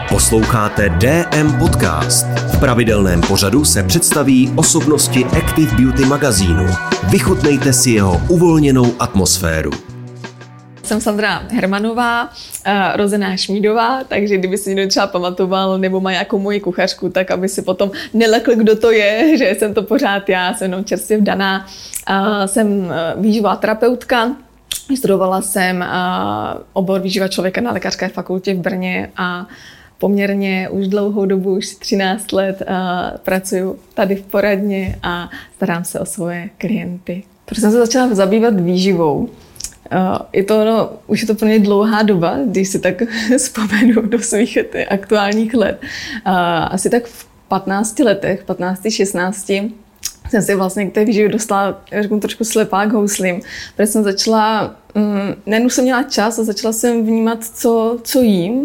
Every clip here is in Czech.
Posloucháte DM Podcast. V pravidelném pořadu se představí osobnosti Active Beauty magazínu. Vychutnejte si jeho uvolněnou atmosféru. Jsem Sandra Hermanová, rozená Šmídová, takže kdyby si někdo třeba pamatoval nebo má nějakou moji kuchařku, tak aby si potom nelekl, kdo to je, že jsem to pořád já, jsem jenom čerstvě vdaná. Jsem výživová terapeutka, studovala jsem obor výživa člověka na lékařské fakultě v Brně a poměrně už dlouhou dobu, už 13 let pracuji tady v poradně a starám se o svoje klienty. Proč jsem se začala zabývat výživou? Už je to pro mě dlouhá doba, když si tak vzpomenu do svých aktuálních let. Asi tak v 15 letech, 16, jsem si vlastně k té výživě dostala, řeknu, trošku slepá k houslím, protože jsem začala, nejenom jsem měla čas a začala jsem vnímat, co jím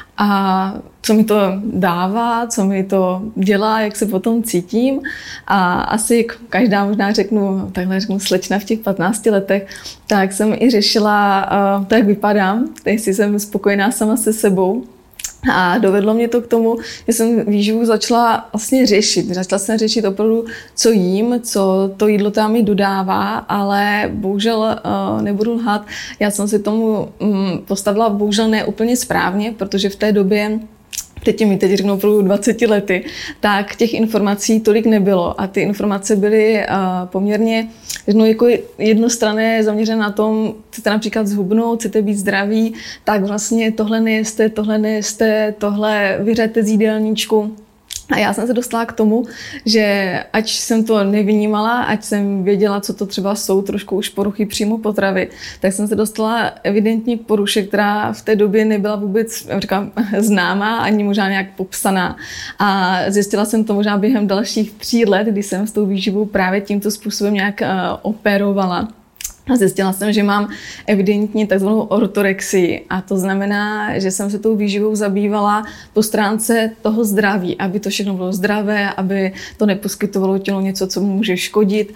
a co mi to dává, co mi to dělá, jak se potom cítím. A asi každá možná řeknu slečna v těch 15 letech, tak jsem i řešila to, jak vypadám, jestli jsem spokojená sama se sebou. A dovedlo mě to k tomu, že jsem výživu začala vlastně řešit. Začala jsem řešit opravdu, co jím, co to jídlo tam mi dodává, ale bohužel nebudu lhát, já jsem si tomu postavila bohužel ne úplně správně, protože v té době, teď řeknu opravdu 20 lety, tak těch informací tolik nebylo a ty informace byly poměrně jako jednostranné, zaměřené na tom, chcete například zhubnout, chcete být zdraví, tak vlastně tohle nejeste, tohle vyřete z jídelníčku. A já jsem se dostala k tomu, že ať jsem to nevnímala, ať jsem věděla, co to třeba jsou trošku už poruchy příjmu potravy, tak jsem se dostala evidentně k poruše, která v té době nebyla vůbec známá, ani možná nějak popsaná. A zjistila jsem to možná během dalších 3 let, kdy jsem s tou výživou právě tímto způsobem nějak operovala. A zjistila jsem, že mám evidentně takzvanou ortorexii a to znamená, že jsem se tou výživou zabývala po stránce toho zdraví, aby to všechno bylo zdravé, aby to neposkytovalo tělu něco, co mu může škodit.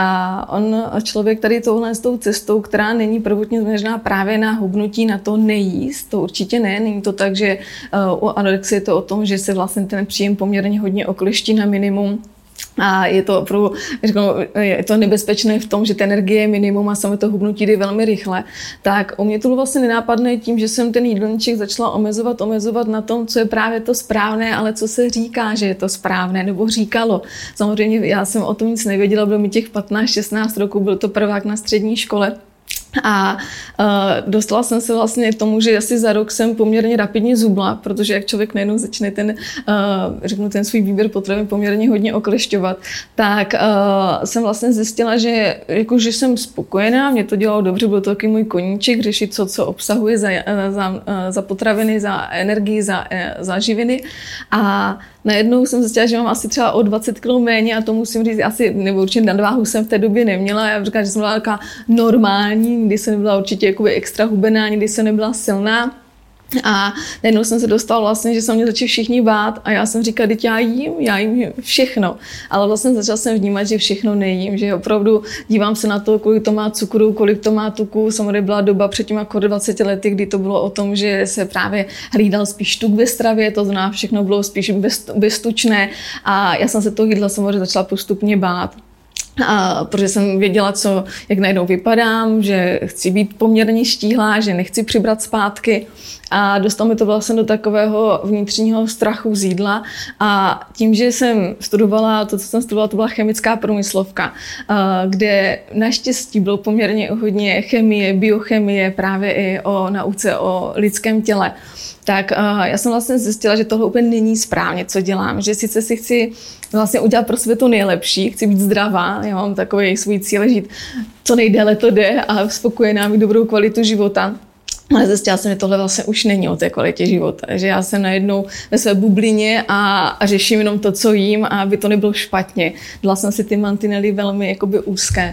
A člověk tady tohle s tou cestou, která není prvotně zaměřená právě na hubnutí, na to nejíst, to určitě ne. Není to tak, že u anorexie je to o tom, že se vlastně ten příjem poměrně hodně okleští na minimum. A je to opravdu, je to nebezpečné v tom, že ta energie je minimum a samé to hubnutí jde velmi rychle. Tak u mě to bylo vlastně nenápadné tím, že jsem ten jídelníček začala omezovat na tom, co je právě to správné, ale co se říká, že je to správné, nebo říkalo. Samozřejmě já jsem o tom nic nevěděla, bylo mi těch 15-16 roků, byl to prvák na střední škole. A dostala jsem se vlastně k tomu, že asi za rok jsem poměrně rapidně zhubla, protože jak člověk najednou začne ten svůj výběr potravin poměrně hodně oklešťovat, tak jsem vlastně zjistila, že jsem spokojená, mě to dělalo dobře, byl to taky můj koníček, řešit co obsahuje za potraviny, za energii, za živiny. A najednou jsem zjistila, že mám asi třeba o 20 kg méně a to musím říct, nebo určitě nadváhu jsem v té době neměla. Já říkám, že jsem byla taková normální, kdy jsem nebyla určitě extra hubená, nikdy jsem nebyla silná. A najednou jsem se dostala vlastně, že se mě začali všichni bát a já jsem říkala, teď já jím všechno. Ale vlastně začala jsem vnímat, že všechno nejím, že opravdu dívám se na to, kolik to má cukru, kolik to má tuku. Samozřejmě byla doba před těmi 20 lety, kdy to bylo o tom, že se právě hlídal spíš tuk ve stravě, to znamená, všechno bylo spíš beztučné a já jsem se toho jídla samozřejmě začala postupně bát. Protože jsem věděla, jak najednou vypadám, že chci být poměrně štíhlá, že nechci přibrat zpátky a dostalo mi to vlastně do takového vnitřního strachu z jídla a tím, že jsem studovala, to, co jsem studovala, to byla chemická průmyslovka, kde naštěstí bylo poměrně hodně chemie, biochemie, právě i o nauce o lidském těle. Tak já jsem vlastně zjistila, že tohle úplně není správně, co dělám. Že sice si chci vlastně udělat pro sebe to nejlepší, chci být zdravá, já mám takový svůj cíl žít co nejdéle to jde a spokojená, mít dobrou kvalitu života. Ale zjistila jsem, že tohle vlastně už není o té kvalitě života. Že já jsem najednou ve své bublině a řeším jenom to, co jím, a aby to nebylo špatně. Dala jsem si ty mantinely velmi úzké.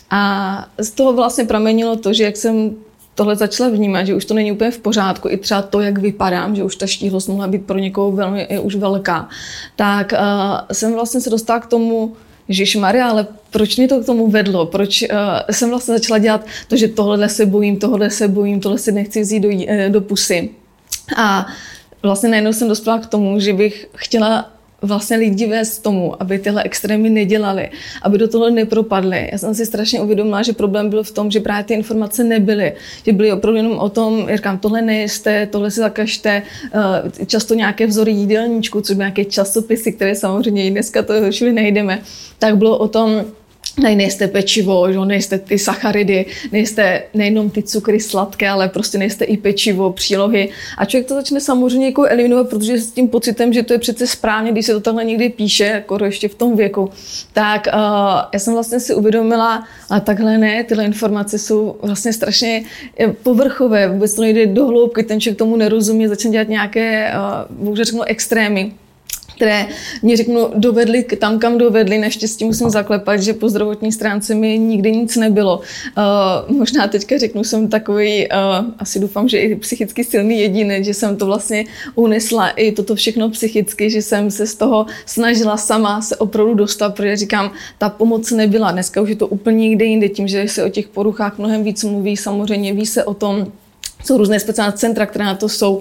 A z toho vlastně pramenilo to, že jak jsem tohle začala vnímat, že už to není úplně v pořádku, i třeba to, jak vypadám, že už ta štíhlost mohla být pro někoho velmi už velká, tak jsem vlastně se dostala k tomu, Ježišmarja, ale proč mě to k tomu vedlo? Proč jsem vlastně začala dělat to, že tohle se bojím, tohle si nechci vzít do pusy. A vlastně najednou jsem dospěla k tomu, že bych chtěla vlastně lidi vést tomu, aby tyhle extrémy nedělali, aby do toho nepropadli. Já jsem si strašně uvědomila, že problém byl v tom, že právě ty informace nebyly. Že byly opravdu jenom o tom, říkám, tohle nejeste, tohle si zakažte, často nějaké vzory jídelníčku, což byly nějaké časopisy, které samozřejmě i dneska to všude najdeme, tak bylo o tom, nejste pečivo, že? Nejste ty sacharidy, nejste nejenom ty cukry sladké, ale prostě nejste i pečivo, přílohy. A člověk to začne samozřejmě jako eliminovat, protože s tím pocitem, že to je přece správně, když se to takhle někdy píše, jako ještě v tom věku. Tak já jsem vlastně si uvědomila, a takhle ne, tyhle informace jsou vlastně strašně povrchové, vůbec to nejde do hloubky, ten člověk tomu nerozumí, začne dělat nějaké, bohužel řeknu, extrémy, které mě dovedly tam, kam dovedly. Naštěstí musím zaklepat, že po zdravotní stránce mi nikdy nic nebylo. Možná teďka řeknu, jsem takový, asi doufám, že i psychicky silný jedinec, že jsem to vlastně unesla i toto všechno psychicky, že jsem se z toho snažila sama se opravdu dostat, protože říkám, ta pomoc nebyla. Dneska už je to úplně někde jinde, tím, že se o těch poruchách mnohem víc mluví, samozřejmě ví se o tom, jsou různé speciální centra, které na to jsou.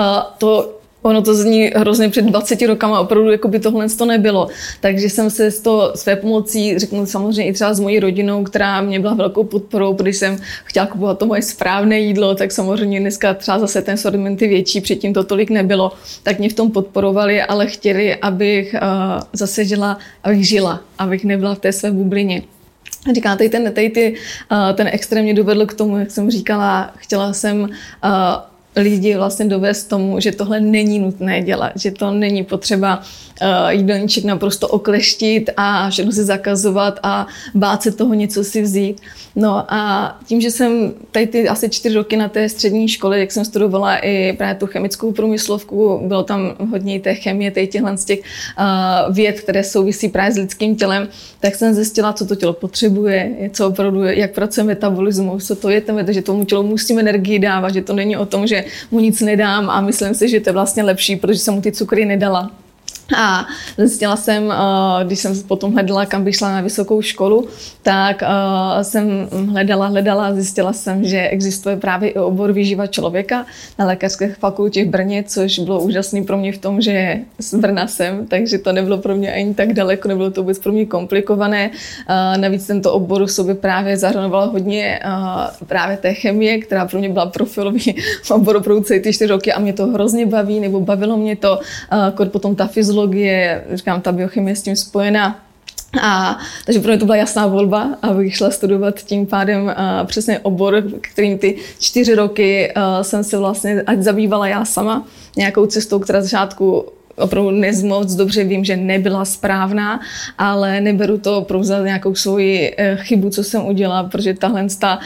Ono to zní hrozně před 20 rokama, opravdu jako by tohle to nebylo. Takže jsem se z toho své pomocí, řeknu samozřejmě i třeba s mojí rodinou, která mě byla velkou podporou, protože jsem chtěla kupovat to moje správné jídlo, tak samozřejmě dneska třeba zase ten sortiment je větší, předtím to tolik nebylo, tak mě v tom podporovali, ale chtěli, abych zase žila, abych nebyla v té své bublině. Říkám, ten extrém mě dovedl k tomu, jak jsem říkala, chtěla jsem lidi vlastně dovést tomu, že tohle není nutné dělat, že to není potřeba jídelníček naprosto okleštit a všechno si zakazovat a bát se toho něco si vzít. No a tím, že jsem tady ty asi 4 roky na té střední škole, jak jsem studovala i právě tu chemickou průmyslovku, bylo tam hodně té chemie, těchhle z těch věd, které souvisí právě s lidským tělem, tak jsem zjistila, co to tělo potřebuje, co opravdu, jak pracuje metabolismus, co to je, že tomu tělu musíme energii dávat, že to není o tom, že mu nic nedám a myslím si, že to je vlastně lepší, protože jsem mu ty cukry nedala. A zjistila jsem, když jsem potom hledala, kam bych šla na vysokou školu, tak jsem hledala a zjistila jsem, že existuje právě i obor výživa člověka na lékařské fakultě v Brně, což bylo úžasné pro mě v tom, že z Brna jsem, takže to nebylo pro mě ani tak daleko, nebylo to vůbec pro mě komplikované. Navíc tento obor v sobě právě zahrnoval hodně právě té chemie, která pro mě byla profilový obor opravdu celý ty 4 roky a mě to hrozně baví, nebo bavilo mě to, potom ta fyziologie, říkám, ta biochemie s tím spojená. Takže pro mě to byla jasná volba, abych šla studovat tím pádem přesně obor, kterým ty 4 roky jsem se vlastně ať zabývala já sama nějakou cestou, která z začátku opravdu moc dobře vím, že nebyla správná, ale neberu to opravdu za nějakou svoji chybu, co jsem udělala, protože tahle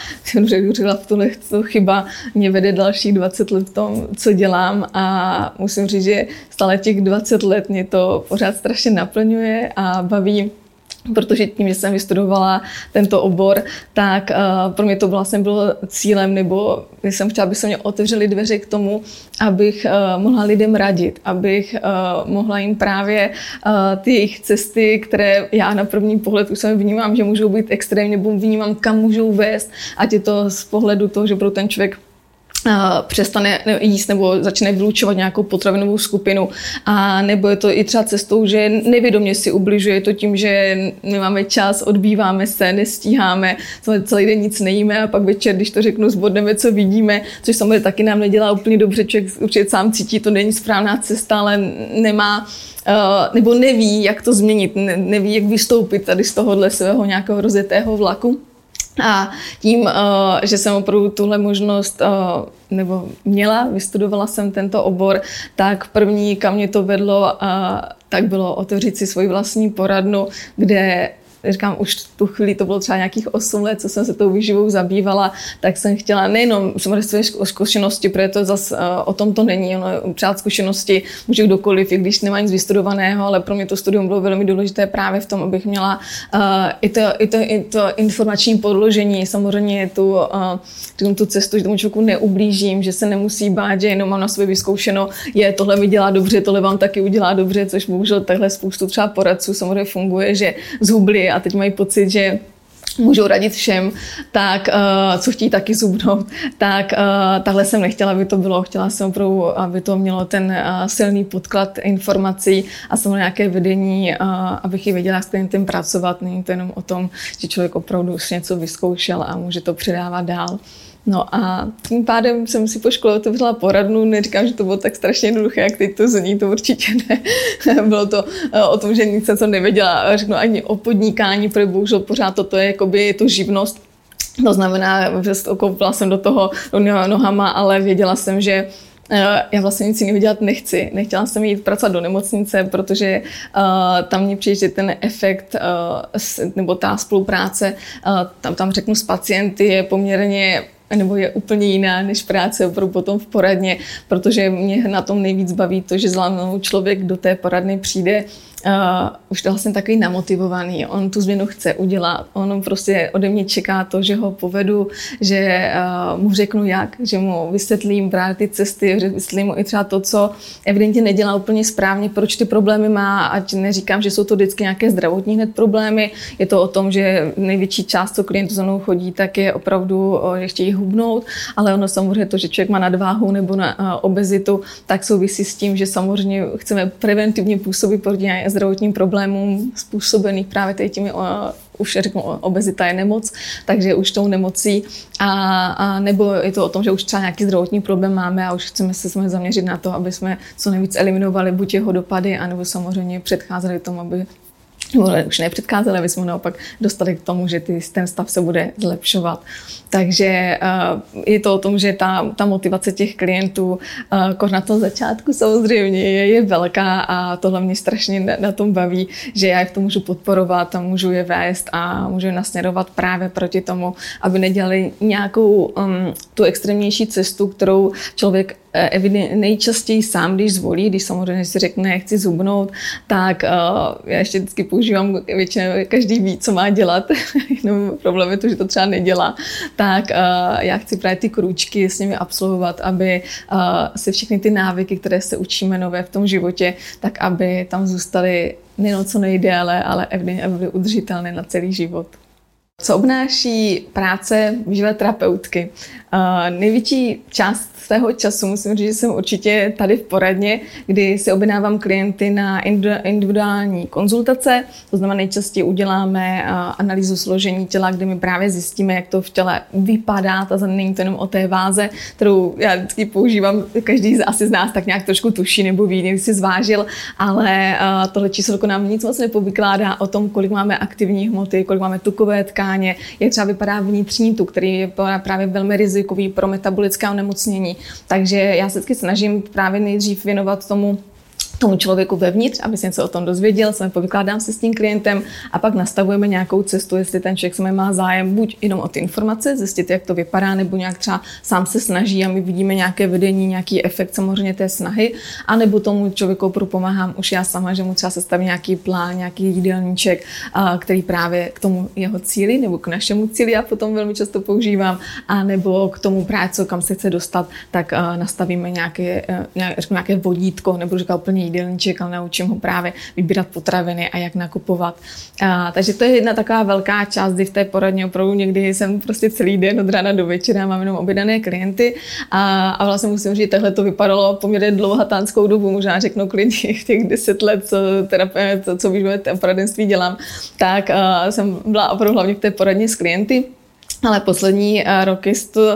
chyba mě vede dalších 20 let v tom, co dělám a musím říct, že stále těch 20 let mě to pořád strašně naplňuje a baví. Protože tím, že jsem vystudovala tento obor, tak pro mě to vlastně bylo cílem, nebo jsem chtěla, aby se mě otevřely dveře k tomu, abych mohla lidem radit, abych mohla jim právě ty jejich cesty, které já na první pohled už jsem vnímám, že můžou být extrémně, nebo vnímám, kam můžou vést, ať je to z pohledu toho, že pro ten člověk přestane jíst nebo začne vylučovat nějakou potravinovou skupinu a nebo je to i třeba cestou, že nevědomě si ubližuje, to tím, že nemáme čas, odbýváme se, nestíháme, celý den nic nejíme a pak večer, když to řeknu, zbodneme, co vidíme, což samozřejmě taky nám nedělá úplně dobře, člověk určitě sám cítí, to není správná cesta, ale nemá nebo neví, jak to změnit, neví, jak vystoupit tady z tohohle svého nějakého rozjetého vlaku. A tím, že jsem opravdu tuhle možnost nebo měla, vystudovala jsem tento obor, tak první, kam mě to vedlo, tak bylo otevřít si svoji vlastní poradnu, kde říkám, už v tu chvíli to bylo třeba nějakých 8 let, co jsem se tou výživou zabývala, tak jsem chtěla nejenom své zkušenosti, protože to zase o tom to není, přát zkušenosti může kdokoliv, i když nemá nic vystudovaného, ale pro mě to studium bylo velmi důležité právě v tom, abych měla i to informační podložení, samozřejmě tu cestu, že tomu člověku neublížím, že se nemusí bát, že jenom mám na sobě vyzkoušeno, tohle mi dělá dobře, tohle vám taky udělá dobře, což bohužel takhle spoustu třeba poradců samozřejmě funguje, že zhubli a teď mají pocit, že můžou radit všem, tak co chtějí taky zubnout, tak takhle jsem nechtěla, aby to bylo. Chtěla jsem opravdu, aby to mělo ten silný podklad informací a samozřejmě nějaké vedení, abych ji věděla s klientem pracovat. Není to jenom o tom, že člověk opravdu už něco vyzkoušel a může to předávat dál. No a tím pádem jsem si po škole otevřela poradnu, neříkám, že to bylo tak strašně jednoduché, jak teď to zní, to určitě ne. Bylo to o tom, že nic jsem nevěděla, řeknu ani o podnikání, protože bohužel pořád toto je jakoby to živnost. To znamená, že koupila jsem do toho nohama, ale věděla jsem, že já vlastně nic jiného dělat nechci. Nechtěla jsem jít pracovat do nemocnice, protože tam mě přijde, že ten efekt nebo ta spolupráce, tam řeknu s pacienty, je poměrně nebo je úplně jiná než práce opravdu potom v poradně, protože mě na tom nejvíc baví to, že za mnou člověk do té poradny přijde už to vlastně takový namotivovaný, on tu změnu chce udělat, on prostě ode mě čeká to, že ho povedu, že mu řeknu jak, že mu vysvětlím právě ty cesty, že vysvětlím mu i třeba to, co evidentně nedělá úplně správně, proč ty problémy má, ať neříkám, že jsou to vždycky nějaké zdravotní hned problémy, je to o tom, že největší část, co klientů za mnou chodí, tak je opravdu, že chtějí hubnout, ale ono samozřejmě to, že člověk má nadváhu nebo na obezitu, tak souvisí s tím, že samozřejmě chceme preventivně působit proti zdravotním problémům způsobených právě těmi, už řeknu, obezita je nemoc, takže už tou nemocí a nebo je to o tom, že už třeba nějaký zdravotní problém máme a už chceme se zaměřit na to, aby jsme co nejvíc eliminovali buď jeho dopady, anebo samozřejmě předcházeli tomu, aby už nepředcházeli, aby jsme naopak dostali k tomu, že ten stav se bude zlepšovat. Takže je to o tom, že ta motivace těch klientů na tom začátku samozřejmě je velká a tohle mě strašně na tom baví, že já je v tom můžu podporovat a můžu je vést a můžu je nasměrovat právě proti tomu, aby nedělali nějakou tu extrémnější cestu, kterou člověk nejčastěji sám, když zvolí, když samozřejmě si řekne, chci zhubnout, tak já ještě vždycky používám, většinou každý ví, co má dělat, jenom problém je to, že to třeba nedělá, tak já chci právě ty krůčky s nimi absolvovat, aby se všechny ty návyky, které se učíme nové v tom životě, tak aby tam zůstaly nejen co nejde, ale aby byly udržitelné na celý život. Co obnáší práce výživové terapeutky? Největší část svého času musím říct, že jsem určitě tady v poradně, kdy si objednávám klienty na individuální konzultace. To znamená, nejčastěji uděláme analýzu složení těla, kde my právě zjistíme, jak to v těle vypadá. Není to jenom o té váze, kterou já vždycky používám, každý asi z nás tak nějak trošku tuší nebo ví, někdy si zvážil, ale tohle číselko nám nic moc nepovykládá o tom, kolik máme aktivní hmoty, kolik máme tukové tkáně, jak třeba vypadá vnitřní tuk, který je právě velmi rizikový pro metabolická onemocnění. Takže já se vždycky snažím právě nejdřív věnovat tomu člověku vevnitř, aby se něco o tom dozvěděl, povykládám se s tím klientem a pak nastavujeme nějakou cestu, jestli ten člověk se má zájem buď jenom o ty informace, zjistit, jak to vypadá, nebo nějak třeba sám se snaží a my vidíme nějaké vedení, nějaký efekt samozřejmě té snahy, anebo tomu člověku pomáhám už já sama, že mu třeba sestavím nějaký plán, nějaký jídelníček, který právě k tomu jeho cíli nebo k našemu cíli já potom velmi často používám, a nebo k tomu právě, co kam se chce dostat, tak nastavíme nějaké vodítko, nebo říkám úplně jídelníček, ale naučím ho právě vybírat potraviny a jak nakupovat. Takže to je jedna taková velká část, kdy v té poradně opravdu někdy jsem prostě celý den od rána do večera, mám jenom objednané klienty a vlastně musím říct, že takhle to vypadalo poměrně dlouhatánskou dobu, možná řeknu klidně v těch 10 let, co výživové poradenství dělám, tak jsem byla opravdu hlavně v té poradně s klienty. Ale poslední roky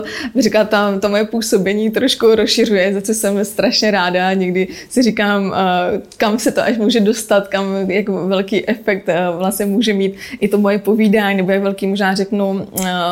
to moje působení trošku rozšiřuje, za co jsem strašně ráda. Někdy si říkám, kam se to až může dostat, jak velký efekt vlastně může mít i to moje povídání, nebo jak velký možná řeknu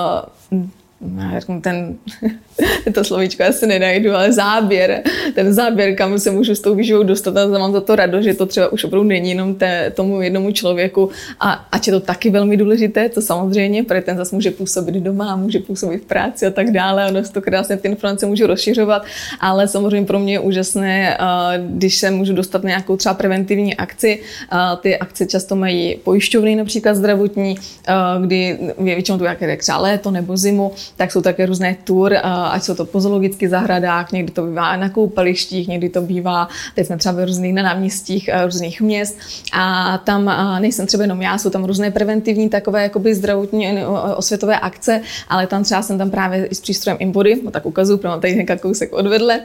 to slovíčko já se nenajdu, ale ten záběr, kam se můžu s tou výživou dostat a mám za to radost, že to třeba už opravdu není jenom tomu jednomu člověku a ať je to taky velmi důležité, to samozřejmě, protože ten zase může působit doma, může působit v práci a tak dále, ono se to krásně ty informace můžu rozšiřovat, ale samozřejmě pro mě je úžasné, když se můžu dostat na nějakou třeba preventivní akci, ty akce často mají pojišťovny například zdravotní, kdy většinou to je třeba léto nebo zimu, tak jsou také různé tour ať jsou to po zoologických zahradách, někdy to bývá na koupalištích, někdy to bývá, teď jsme třeba v různých na náměstích různých měst a tam nejsem třeba jenom já, jsou tam různé preventivní takové jakoby zdravotní osvětové akce, ale tam třeba jsem tam právě i s přístrojem InBody, tak ukazuju, protože mám tady kousek odvedle.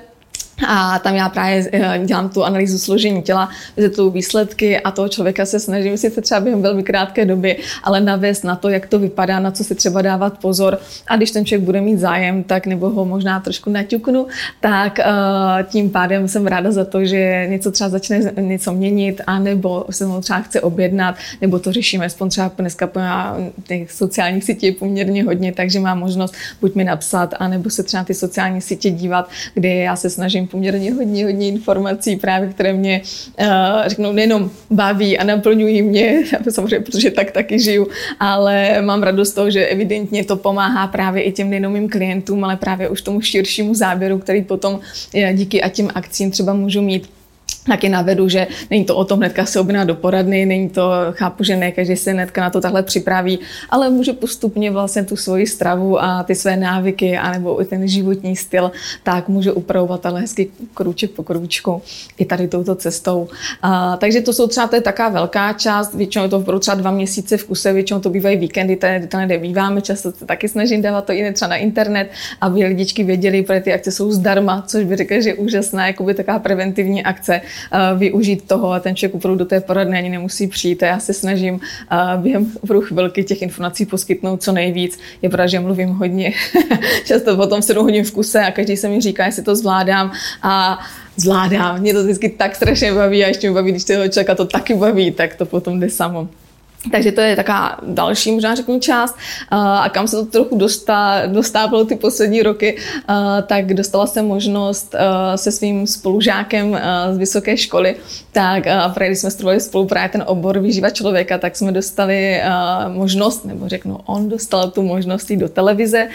A tam já právě dělám tu analýzu složení těla, vysvětluji výsledky a toho člověka se snažím sice třeba během velmi krátké doby, ale navést na to, jak to vypadá, na co si třeba dávat pozor. A když ten člověk bude mít zájem, tak nebo ho možná trošku naťuknu, tak tím pádem jsem ráda za to, že něco třeba začne něco měnit, anebo se mu třeba chce objednat, nebo to řešíme, aspoň třeba dneska těch sociálních sítí je poměrně hodně, takže má možnost buď mi napsat, anebo se třeba na ty sociální sítě dívat, kde já se snažím poměrně hodně informací, právě které mě řeknou nejenom baví a naplňují mě, samozřejmě, protože tak taky žiju, ale mám radost z toho, že evidentně to pomáhá právě i těm nejenom mým klientům, ale právě už tomu širšímu záběru, který potom díky a těm akcím třeba můžu mít. Taky navedu, že není to o tom hnedka se objednat do poradny, není to, chápu, že ne každý se hnedka na to takhle připraví, ale může postupně vlastně tu svoji stravu a ty své návyky, anebo i ten životní styl, tak může upravovat takhle hezky krůček po krůčku i tady touto cestou. Takže to jsou třeba, to je taková velká část, většinou to budou třeba 2 měsíce v kuse, většinou to bývají víkendy, tady nebýváme, často se taky snažím dávat to i třeba na internet, aby lidičky věděli, protože ty akce jsou zdarma, což by řekla, že je úžasná, jakoby taková preventivní akce. Využít toho a ten člověk opravdu do té poradny ani nemusí přijít. A já se snažím během chvilky těch informací poskytnout co nejvíc. Je pravda, že mluvím hodně. Často potom 7 hodin v kuse a každý se mi říká, jestli to zvládám a zvládám. Mě to vždycky tak strašně baví a ještě mi baví, když toho člověka to taky baví, tak to potom jde samo. Takže to je taková další, možná řeknu, část. A kam se to trochu dostávalo ty poslední roky, tak dostala jsem možnost se svým spolužákem z vysoké školy, tak právě když jsme studovali spolu právě ten obor výživa člověka, tak jsme dostali možnost, nebo řeknu, on dostal tu možnost jít do televize,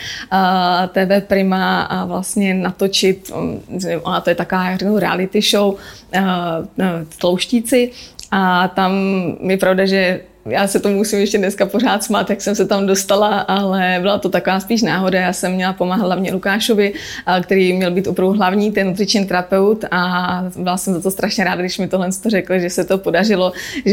TV Prima a vlastně natočit, ona to je taková, řeknu, reality show, Tlouštíci, a tam je pravda, že já se tomu musím ještě dneska pořád smát, jak jsem se tam dostala, ale byla to taková spíš náhoda. Já jsem měla pomáhat hlavně Lukášovi, který měl být opravdu hlavní, ten nutriční terapeut, a byla jsem za to strašně ráda, když mi tohle řekl, že se to podařilo,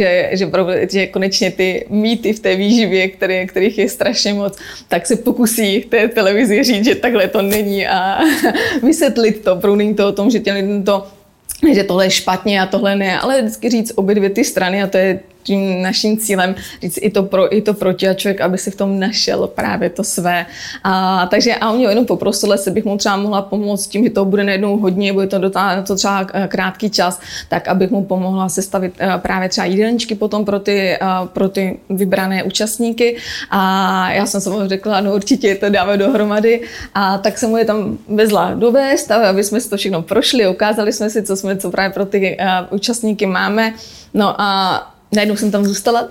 že konečně ty mýty v té výživě, kterých je strašně moc, tak se pokusí v té televizi říct, že takhle to není a vysvětlit to. Opravdu není to o tom, že těm lidem to, že tohle je špatně a tohle ne, ale vždycky říct obě dvě ty strany, a to je tím naším cílem říct i to pro, i to proti, a člověk, aby si v tom našel právě to své. Takže a oni jenom poprosil, jestli bych mu třeba mohla pomoct tím, že to bude najednou hodně, bude to to třeba krátký čas, tak abych mu pomohla sestavit právě třeba jídelníčky potom pro ty vybrané účastníky. A já jsem samozřejmě řekla, no určitě to dáme dohromady, a tak jsem mu je tam vezla dovést, aby jsme si to všechno prošli, ukázali jsme si, co právě pro ty účastníky máme. No a najednou jsem tam zůstala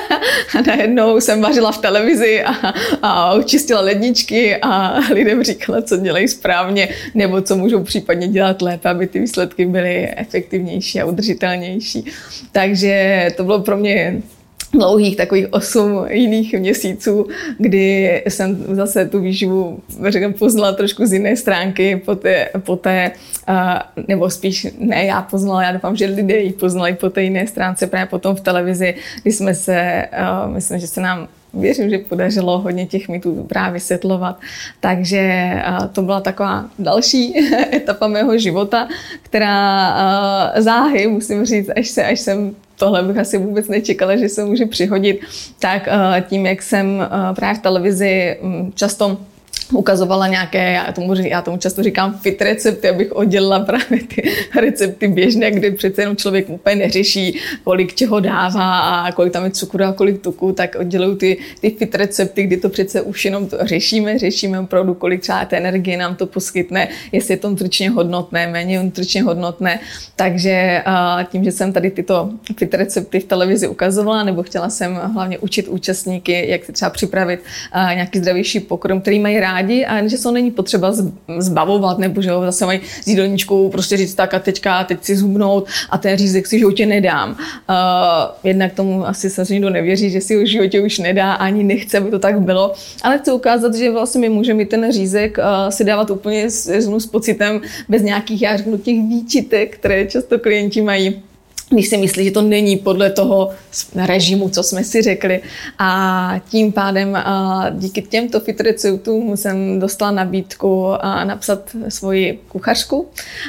a najednou jsem vařila v televizi a očistila ledničky a lidem říkala, co dělají správně nebo co můžou případně dělat lépe, aby ty výsledky byly efektivnější a udržitelnější. Takže to bylo pro mě dlouhých takových 8 jiných měsíců, kdy jsem zase tu výživu poznala trošku z jiné stránky, poté nebo spíš ne já poznala, já doufám, že lidé ji poznali po té jiné stránce, právě potom v televizi, kdy jsme se, myslím, že se nám, věřím, že podařilo hodně těch mýtů právě vysvětlovat. Takže to byla taková další etapa mého života, která záhy, musím říct, až jsem tohle bych asi vůbec nečekala, že se může přihodit, tak tím, jak jsem právě v televizi často ukazovala nějaké, já tomu často říkám fit recepty, abych oddělila právě ty recepty běžné, kde přece jenom člověk úplně neřeší, kolik čeho dává a kolik tam je cukru a kolik tuku, tak odděluju ty fit recepty, kdy to přece už jenom to řešíme opravdu, kolik třeba té energie nám to poskytne, jestli je to nutričně hodnotné, méně nutričně hodnotné. Takže tím, že jsem tady tyto fit recepty v televizi ukazovala, nebo chtěla jsem hlavně učit účastníky, jak si třeba připravit nějaký zdravější pokrm, který mají rádi, rádi a že se ho není potřeba zbavovat, nebo že ho zase mají z jídelníčku prostě říct tak a teď si zhubnout a ten řízek si v životě nedám. Jednak tomu asi se nikdo nevěří, že si ho v životě už nedá, ani nechce, aby to tak bylo, ale chci ukázat, že vlastně my můžeme ten řízek si dávat úplně s pocitem bez nějakých, já řeknu, těch výčitek, které často klienti mají, když si myslí, že to není podle toho režimu, co jsme si řekli. A tím pádem díky těmto fit receptům jsem dostala nabídku napsat svoji kuchařku.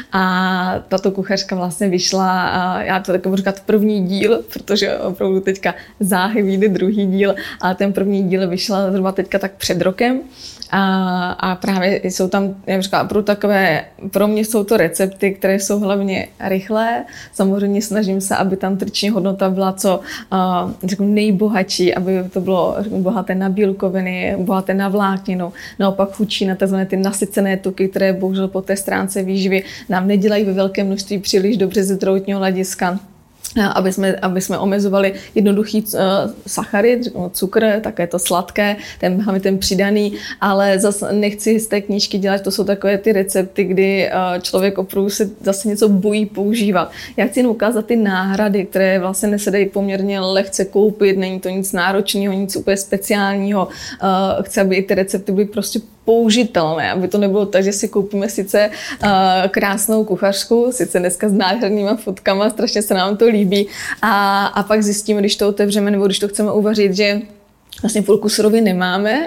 A tato kuchařka vlastně vyšla, já to tak budu říkat první díl, protože opravdu teďka záhy vyjde druhý díl, ale ten první díl vyšla zhruba teďka tak před rokem. A právě jsou tam, já bych říkala, pro mě jsou to recepty, které jsou hlavně rychlé. Samozřejmě snažím se, aby tam tržní hodnota byla co řeknu, nejbohatší, aby to bylo bohaté na bílkoviny, bohaté na vlákninu, naopak chudší na tzv. Ty nasycené tuky, které bohužel po té stránce výživy nám nedělají ve velkém množství příliš dobře ze zdravotního hlediska. Aby jsme omezovali jednoduchý sacharid, cukr, také to sladké, ten přidaný, ale zase nechci z té knížky dělat, to jsou takové ty recepty, kdy člověk opravdu se zase něco bojí používat. Já chci jen ukázat ty náhrady, které vlastně se dají poměrně lehce koupit, není to nic náročného, nic úplně speciálního. Chci, aby i ty recepty byly prostě použitelné, aby to nebylo tak, že si koupíme sice krásnou kuchařku, sice dneska s nádhernýma fotkama, strašně se nám to líbí a pak zjistíme, když to otevřeme nebo když to chceme uvařit, že vlastně půlku surovin nemáme,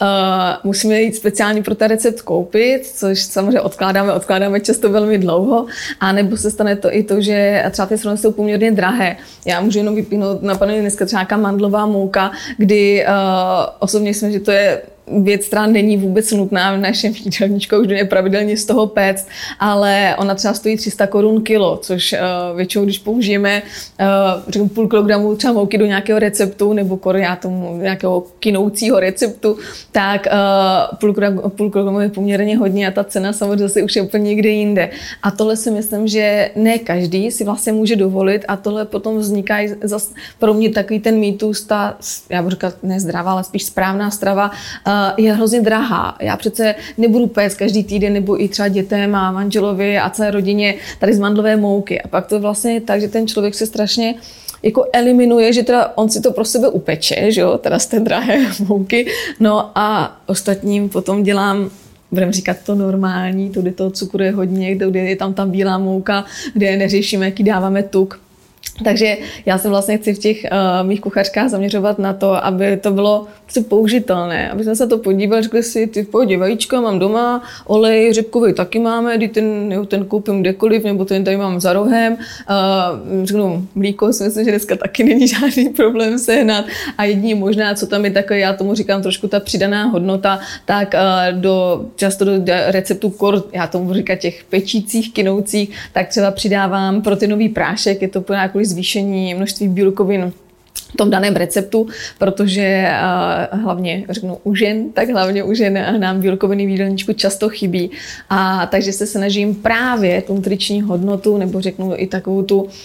musíme jít speciálně pro ten recept koupit, což samozřejmě odkládáme často velmi dlouho, a nebo se stane to i to, že třeba ty suroviny jsou poměrně drahé. Já můžu jenom vypínout, napadne dneska třeba nějaká mandlová mouka, kdy osobně myslím, že to je věc, která není vůbec nutná v našem jídelníčku, už je pravidelně z toho péct, ale ona třeba stojí 300 korun kilo, což většinou, když použijeme řeknu půl kilogramu třeba mouky do nějakého receptu, nebo já tomu nějakého kinoucího receptu, tak půl kilogramu je poměrně hodně a ta cena samozřejmě zase už je úplně někde jinde. A tohle si myslím, že ne každý si vlastně může dovolit a tohle potom vzniká zase pro mě takový ten mýtus, já budu říkat ne zdravá, ale spíš správná strava, je hrozně drahá. Já přece nebudu péct každý týden nebo i třeba dětem a manželovi a celé rodině tady z mandlové mouky. A pak to vlastně je tak, že ten člověk se strašně jako eliminuje, že teda on si to pro sebe upeče, že jo, teda z té drahé mouky. No a ostatním potom dělám, budeme říkat to normální, kde toho cukru je hodně, kde je tam ta bílá mouka, kde neřešíme, jaký dáváme tuk. Takže já se vlastně chci v těch mých kuchařkách zaměřovat na to, aby to bylo použitelné. Aby jsme se to podívali, řekli si, ty v pohodě vajíčka mám doma, olej řepkový taky máme, kdy ten koupím kdekoliv, nebo ten tady mám za rohem. Řeknu, mlíko si myslím, že dneska taky není žádný problém sehnat. A jediný možná, co tam je takové, já tomu říkám trošku ta přidaná hodnota, tak často do receptu já tomu říkám těch pečících, kinoucích, tak třeba přidávám proteinový prášek, je to po nějaké zvýšení množství bílkovin v tom daném receptu, protože hlavně řeknu u žen nám bílkoviny v jídelníčku často chybí. A takže se snažím právě tu nutriční hodnotu, nebo řeknu i takovou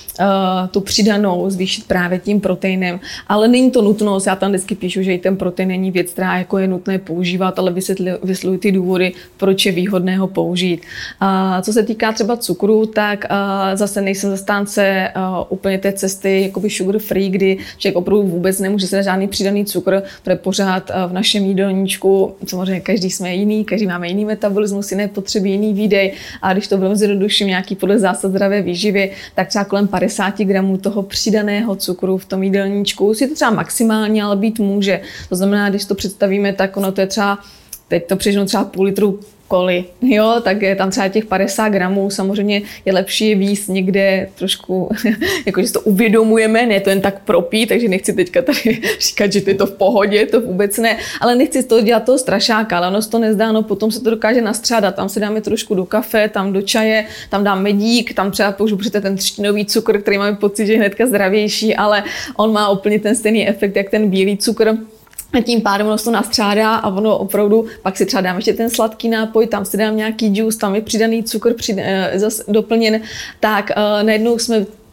tu přidanou zvýšit právě tím proteinem. Ale není to nutnost, já tam vždycky píšu, že i ten protein není věc, která jako je nutné používat, ale vysvětluji ty důvody, proč je výhodné ho použít. Co se týká třeba cukru, tak zase nejsem zastánce úplně té cesty jakoby sugar free, kdy člověk opravdu vůbec nemůže se dát žádný přidaný cukr, protože pořád v našem jídelníčku, samozřejmě každý jsme jiný, každý máme jiný metabolismus, jiné potřeby, jiný výdej, a když to velmi zjednoduším nějaký podle zásad zdravé výživy, tak třeba kolem 50 gramů toho přidaného cukru v tom jídelníčku si to třeba maximálně, ale být může. To znamená, když to představíme, tak ono to je třeba, teď to přeženu třeba půl litru koli, jo, tak je tam třeba těch 50 gramů, samozřejmě je lepší je víc někde trošku, jakože si to uvědomujeme, ne to jen tak propít, takže nechci teďka tady říkat, že to je to v pohodě, to vůbec ne, ale nechci z toho dělat toho strašáka, ale ono se to nezdá, no potom se to dokáže nastřádat, tam se dáme trošku do kafe, tam do čaje, tam dám medík, tam třeba použiju přece ten třtinový cukr, který máme pocit, že je hnedka zdravější, ale on má úplně ten stejný efekt, jak ten bílý cukr. A tím pádem ono se to nastřádá a ono opravdu, pak si třeba dám ještě ten sladký nápoj, tam si dám nějaký džus, tam je přidaný cukr zase doplněn, tak najednou jsme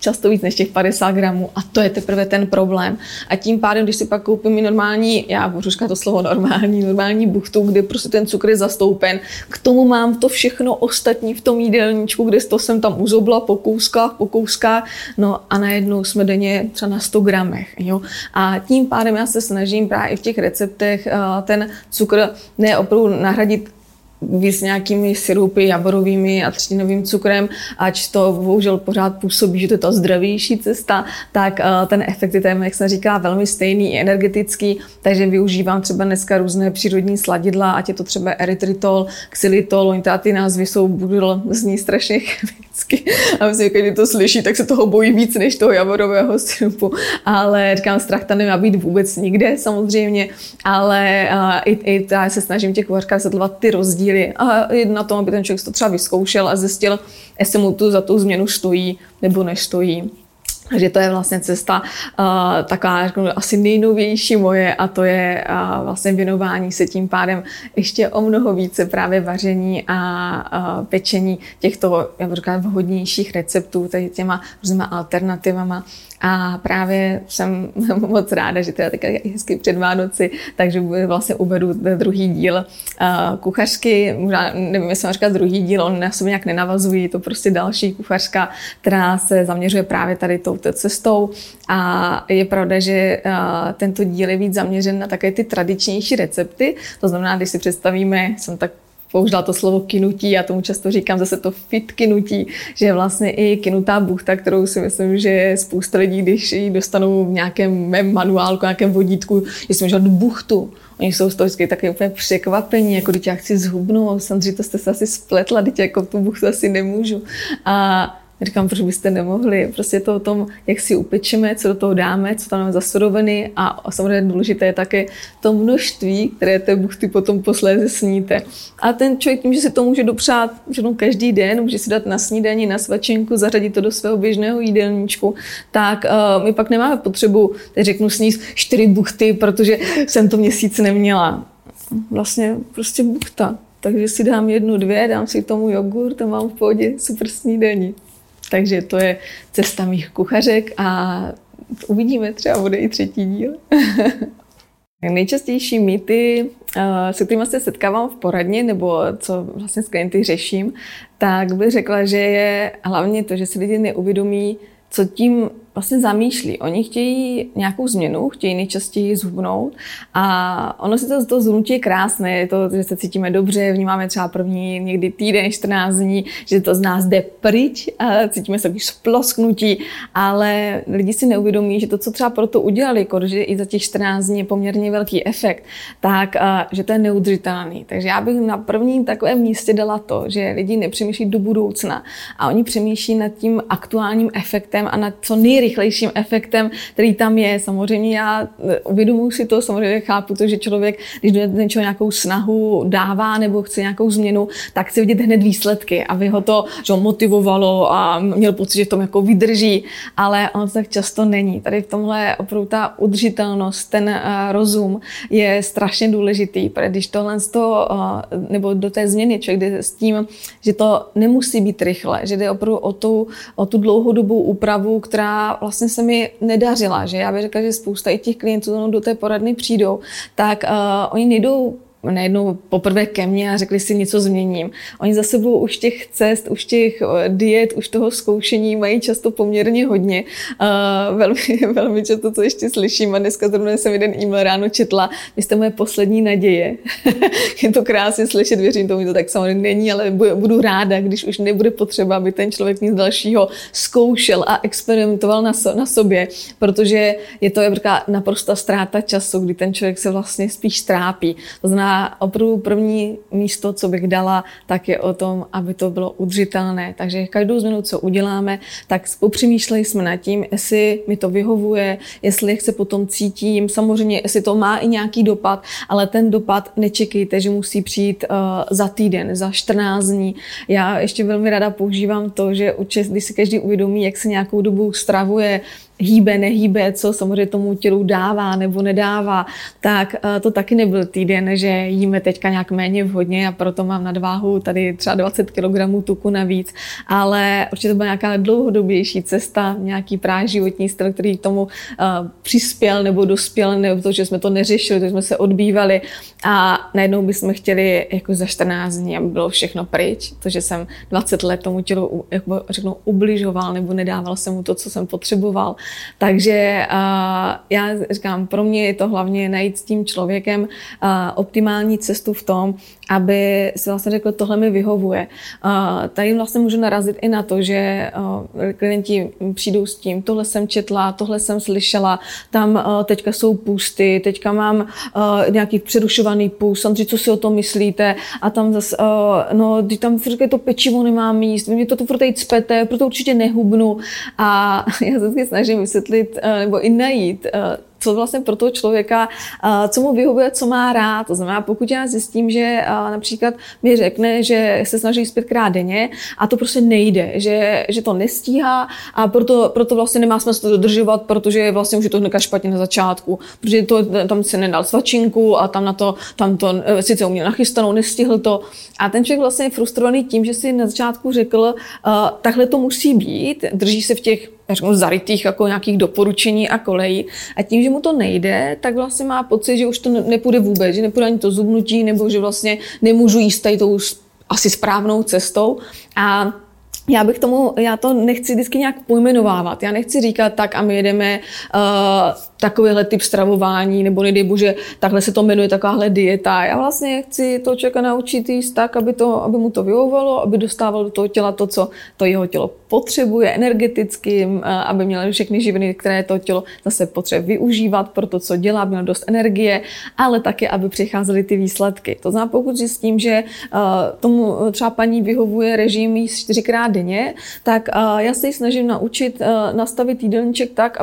často víc než těch 50 gramů a to je teprve ten problém. A tím pádem, když si pak koupím normální, já budu říkat to slovo normální buchtu, kde prostě ten cukr je zastoupen, k tomu mám to všechno ostatní v tom jídelníčku, kde to jsem tam uzobla po kouskách, no a najednou jsme denně třeba na 100 gramech. Jo? A tím pádem já se snažím právě i v těch receptech ten cukr ne opravdu nahradit víc nějakými sirupy jaborovými a třtinovým cukrem, ač to bohužel pořád působí, že to je ta zdravější cesta, tak ten efekt je tam, jak se říká, velmi stejný, energetický, takže využívám třeba dneska různé přírodní sladidla, ať je to třeba erytritol, xylitol, oni teda ty názvy jsou, budou zní strašně chemicky a myslím, když to slyší, tak se toho bojí víc než toho jaborového sirupu, ale říkám, strach tam nemá být vůbec nikde samozřejmě, ale i já se snažím těch kuchařkách vysvětlovat ty rozdíly a jít na tom, aby ten člověk to třeba vyzkoušel a zjistil, jestli mu tu za tu změnu stojí nebo nestojí. Takže to je vlastně cesta taková, řeknu, asi nejnovější moje a to je vlastně věnování se tím pádem ještě o mnoho více právě vaření a pečení těchto, já budu říkat, vhodnějších receptů, tady těma různýma alternativama. A právě jsem moc ráda, že teda tak hezky před Vánoci, takže vlastně uvedu druhý díl kuchařky, možná nevím, jestli mám říkat druhý díl, on na sobě nějak nenavazují, to prostě další kuchařka, která se zaměřuje právě tady touto cestou a je pravda, že tento díl je víc zaměřen na také ty tradičnější recepty, to znamená, když si představíme, jsem tak použila to slovo kynutí, já tomu často říkám zase to fit kynutí, že vlastně i kynutá buchta, kterou si myslím, že spousta lidí, když ji dostanou v nějakém mém manuálku, nějakém vodítku, že si můžu buchtu. Oni jsou z toho vždycky taky úplně překvapení, jako když já chci zhubnout, samozřejmě to jste se asi spletla, teď jako tu buchtu asi nemůžu. A říkám, proč byste nemohli. Prostě je to o tom, jak si upečeme, co do toho dáme, co tam máme za suroviny a samozřejmě důležité je také to množství, které té buchty potom posléze sníte. A ten člověk tím, že si to může dopřát každý den, může si dát na snídani, na svačinku, zařadit to do svého běžného jídelníčku, tak my pak nemáme potřebu, teď řeknu, sníst 4 buchty, protože jsem to měsíc neměla. Vlastně prostě buchta. Takže si dám 1, 2, dám si k tomu jogurt a mám v pohodě super snídani. Takže to je cesta mých kuchařek a uvidíme, třeba bude i třetí díl. Nejčastější mýty, se kterými se setkávám v poradně, nebo co vlastně s klienty řeším, tak bych řekla, že je hlavně to, že si lidi neuvědomí, co tím vlastně zamýšlí. Oni chtějí nějakou změnu, chtějí nejčastěji zhubnout a ono si to zhrnutí je krásné, je to, že se cítíme dobře, vnímáme třeba první někdy týden, 14 dní, že to z nás jde pryč a cítíme se takový splosknutí, ale lidi si neuvědomí, že to, co třeba pro to udělali, že i za těch 14 dní je poměrně velký efekt, tak že to je neudržitelný. Takže já bych na prvním takovém místě dala to, že lidi nepřemýšlí do budoucna a oni přemýšlí nad tím aktuálním efektem a nad co nejrychlejším efektem, který tam je. Samozřejmě já uvědomuji si to, samozřejmě chápu to, že člověk, když do něčeho nějakou snahu dává nebo chce nějakou změnu, tak chce vidět hned výsledky, aby ho to že motivovalo a měl pocit, že v tom jako vydrží, ale ono tak často není. Tady v tomhle opravdu ta udržitelnost, ten rozum je strašně důležitý, protože když tohle nebo do té změny člověk jde s tím, že to nemusí být rychle, že jde opravdu o tu dlouhodobou úpravu, která vlastně se mi nedařila, že já bych řekla, že spousta i těch klientů do té poradny přijdou, tak oni nejdou najednou poprvé ke mně a řekli si něco změním. Oni za sebou už těch cest, už těch diet, už toho zkoušení mají často poměrně hodně. Velmi často to ještě slyším a dneska zrovna jsem jeden e-mail ráno četla, vy jste moje poslední naděje. Je to krásně slyšet, věřím tomu, že to tak samozřejmě není, ale budu ráda, když už nebude potřeba, aby ten člověk nic dalšího zkoušel a experimentoval na sobě, protože je to naprosto ztráta času, kdy ten člověk se vlastně spíš trápí. To znamená, opravdu první místo, co bych dala, tak je o tom, aby to bylo udržitelné. Takže každou změnu, co uděláme, tak popřemýšleli jsme nad tím, jestli mi to vyhovuje, jestli se potom cítím. Samozřejmě, jestli to má i nějaký dopad, ale ten dopad nečekejte, že musí přijít za týden, za 14 dní. Já ještě velmi ráda používám to, že když si každý uvědomí, jak se nějakou dobu stravuje, hýbe, nehýbe, co samozřejmě tomu tělu dává nebo nedává, tak to taky nebyl týden, že jíme teďka nějak méně vhodně a proto mám nadváhu tady třeba 20 kg tuku navíc, ale určitě to byla nějaká dlouhodobější cesta, nějaký právě životní styl, který k tomu přispěl nebo dospěl, nebo to, že jsme to neřešili, to jsme se odbývali a najednou bychom chtěli jako za 14 dní, aby bylo všechno pryč, to, že jsem 20 let tomu tělu ubližoval nebo nedával jsem mu to, co jsem potřeboval. Takže já říkám, pro mě je to hlavně najít s tím člověkem optimální cestu v tom, aby si vlastně řekl, tohle mi vyhovuje. Tady vlastně můžu narazit i na to, že klienti přijdou s tím, tohle jsem četla, tohle jsem slyšela, tam teďka jsou půsty, teďka mám nějaký přerušovaný půst, Sandři, co si o tom myslíte? A tam zase, když tam říkají, to pečivo nemám jíst, vy mě to furt tady cpete, proto určitě nehubnu. A já se vždycky snažím vysvětlit, nebo i najít, co vlastně pro toho člověka, co mu vyhovuje, co má rád. To znamená, pokud já zjistím, že například mi řekne, že se snaží 5krát denně a to prostě nejde, že to nestíhá a proto vlastně nemá smysl to dodržovat, protože vlastně už je to hnedka špatně na začátku, protože tam si nedal svačinku a tam to sice uměl nachystanou, nestihl to. A ten člověk vlastně je frustrovaný tím, že si na začátku řekl, takhle to musí být, drží se v těch zarytých jako nějakých doporučení a kolejí a tím, že mu to nejde, tak vlastně má pocit, že už to nepůjde vůbec, že nepůjde ani to zubnutí, nebo že vlastně nemůžu jíst tady tou asi správnou cestou a já to nechci vždycky nějak pojmenovávat. Já nechci říkat tak a my jedeme takovýhle typ stravování, nebo nedej bože, takhle se to jmenuje, takováhle dieta. Já vlastně chci toho člověka naučit jíst tak, aby mu to vyhovovalo, aby dostával do toho těla to, co to jeho tělo potřebuje energeticky, aby mělo všechny živiny, které to tělo zase potřebuje využívat pro to, co dělá, aby mělo dost energie, ale také, aby přicházely ty výsledky. To znamená, pokud zjistím, že tomu třeba paní vyhovuje režim jíst 4krát denně, tak já se ji snažím naučit nastavit jídelníček tak,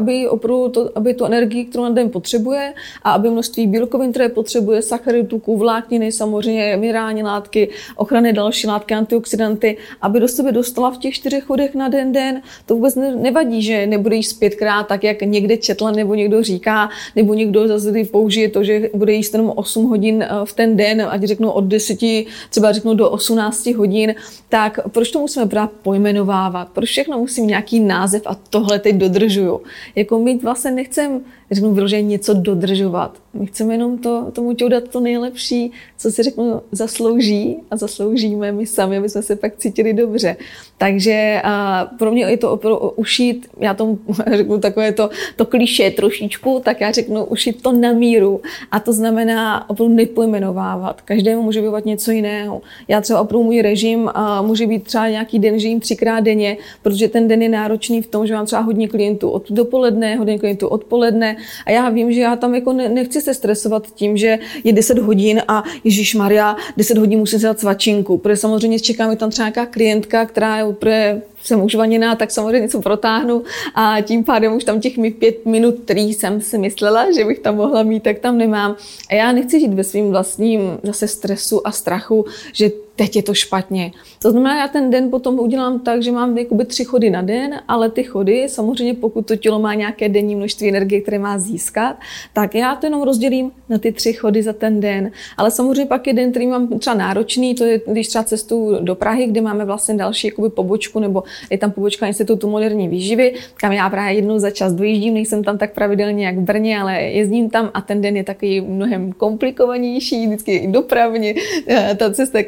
aby tu energii, kterou na den potřebuje a aby množství bílkovin, které potřebuje, sacharidů, tuků, vlákniny, samozřejmě minerální látky, ochranné další látky, antioxidanty, aby do sebe dostala v těch 4 chodech na den. To vůbec nevadí, že nebude jíst 5krát, tak jak někde četla nebo někdo říká, nebo někdo zase použije to, že bude jíst jenom 8 hodin v ten den, ať řeknou od 10, třeba řeknou do 18 hodin, tak proč to musíme právě pojmenovávat? Proč všechno musím nějaký název a tohle teď dodržuju? Jako my vlastně nechceme, řeknu vyloženě něco dodržovat. My chceme jenom tomu tělu dát to nejlepší, co si řeknu zaslouží a zasloužíme my sami, aby jsme se pak cítili dobře. Takže pro mě je to opravdu ušít, já tomu řeknu takové to klišé trošičku, tak já řeknu ušít to na míru. A to znamená opravdu nepojmenovávat. Každému může vyhovovat něco jiného. Já třeba opravdu můj režim může být třeba nějaký den, že jím 3krát denně, protože ten den je náročný v tom, že mám třeba hodně klientů od dopoledne, hodně klientů odpoledne a já vím, že já tam jako nechci se stresovat tím, že je 10 hodin a ježišmarja, 10 hodin musím si dát svačinku, protože samozřejmě čeká mi tam třeba nějaká klientka, která je úplně jsem užvaněná, tak samozřejmě něco protáhnu a tím pádem už tam těch 5 minut, který jsem si myslela, že bych tam mohla mít, tak tam nemám. A já nechci žít ve svým vlastním zase stresu a strachu, že teď je to špatně. To znamená, já ten den potom udělám tak, že mám jakoby 3 chody na den, ale ty chody, samozřejmě pokud to tělo má nějaké denní množství energie, které má získat, tak já to jenom rozdělím na ty 3 chody za ten den. Ale samozřejmě pak je den, který mám třeba náročný, to je, když třeba cestu do Prahy, kde máme vlastně další jakoby pobočku, nebo je tam pobočka Institutu moderní výživy, kam já právě jednou za čas dojíždím, nejsem tam tak pravidelně jak v Brně, ale jezdím tam a ten den je takový mnohem komplikovanější, vždycky i dopravně, ta cesta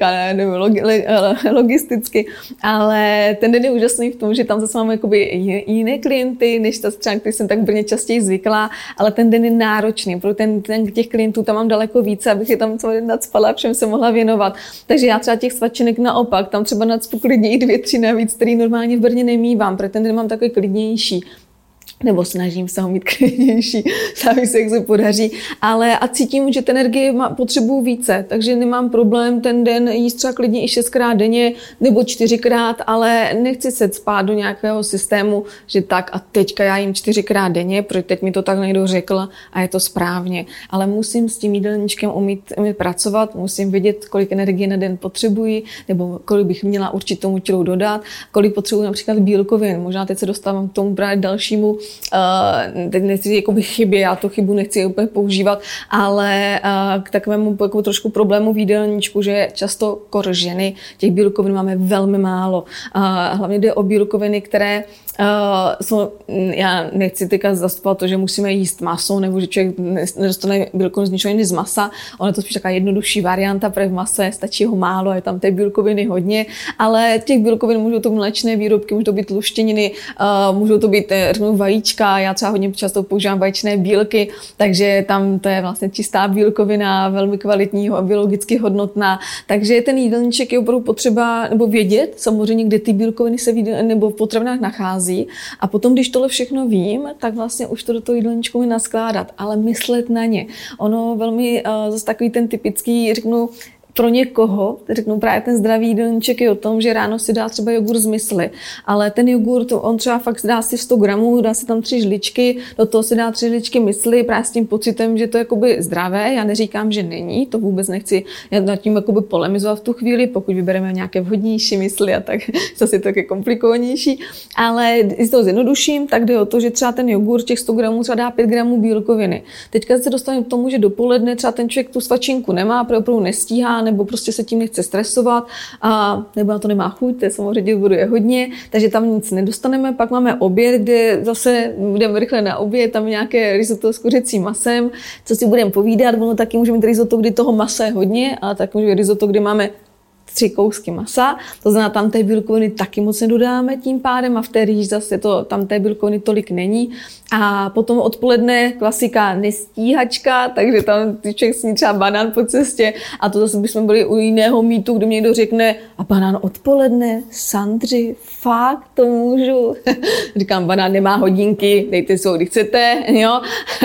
logisticky, ale ten den je úžasný v tom, že tam zase mám jakoby jiné klienty, než ta třeba, který jsem tak v Brně častěji zvyklá, ale ten den je náročný, protože těch klientů tam mám daleko více, abych je tam celý den nacpala, všem se mohla věnovat. Takže já třeba těch svačinek naopak, tam třeba nacpu klidně i 2-3 navíc, který normálně v Brně nemívám, protože ten den mám takový klidnější. Nebo snažím se ho mít klidnější, závisí, jak se podaří, ale a cítím, že ten energie potřebuju více, takže nemám problém ten den jíst třeba klidně i 6krát denně nebo 4krát, ale nechci se cpát do nějakého systému, že tak a teďka já jím 4krát denně, protože teď mi to tak někdo řekl a je to správně, ale musím s tím jídelníčkem umět pracovat, musím vědět, kolik energie na den potřebuji, nebo kolik bych měla určitě tomu tělu dodat, kolik potřebuji například bílkovin, možná teď se dostávám k tomu právě dalšímu teď nechci jakoby chyby, já tu chybu nechci úplně používat, ale k takovému jako trošku problému v jídelníčku, že často ženy těch bílkovin máme velmi málo. Hlavně jde o bílkoviny, které já nechci teďka zastupovat to, že musíme jíst maso, nebo že člověk nedostane bílkovin z ničeho jiného z masa. Ono je to spíš taková jednodušší varianta, protože v mase stačí ho málo, je tam té bílkoviny hodně, ale těch bílkovin můžou to být mléčné výrobky, můžou to být tluštěniny, můžou to být vajíčka, já třeba hodně často používám vaječné bílky, takže tam to je vlastně čistá bílkovina, velmi kvalitní a biologicky hodnotná, takže ten jídelníček je opravdu potřeba nebo vědět samozřejmě, kde ty bílkoviny se nebo v potravinách nachází. A potom, když tohle všechno vím, tak vlastně už to do toho jídelníčku mi naskládat, ale myslet na ně. Ono velmi zase takový ten typický, řeknu, pro někoho, řeknu právě ten zdravý jídelníček je o tom, že ráno si dá třeba jogurt z mysli, ale ten jogurt, on třeba fakt dá si 100 gramů, dá si tam 3 žličky, do toho si dá 3 žličky mysli, právě s tím pocitem, že to je jakoby zdravé, já neříkám, že není, to vůbec nechci nad tím jakoby polemizovat v tu chvíli, pokud vybereme nějaké vhodnější mysli a tak zase to je komplikovanější, ale když to zjednoduším, tak jde o to, že třeba ten jogurt těch 100 gramů třeba dá 5 gramů bílkoviny. Teďka se dostaneme k tomu, že dopoledne třeba ten člověk tu svačinku nemá, opravdu nestíhá, nebo prostě se tím nechce stresovat, a nebo na to nemá chuť, to je samozřejmě vodu je hodně, takže tam nic nedostaneme. Pak máme oběd, kde zase budeme rychle na oběd, tam nějaké risotto s kuřecím masem, co si budeme povídat, ono taky může mít risotto, kdy toho masa je hodně, ale tak může být risotto, kde máme 3 kousky masa, to znamená, tam té bílkoviny taky moc nedodáme tím pádem a v té rýži zase tam té bílkoviny tolik není. A potom odpoledne klasika nestíhačka, takže tam člověk sní třeba banán po cestě a to zase bychom byli u jiného mýtu, kde mě někdo řekne a banán odpoledne, Sandři, fakt to můžu? Říkám, banán nemá hodinky, dejte si ho, kdy chcete, jo?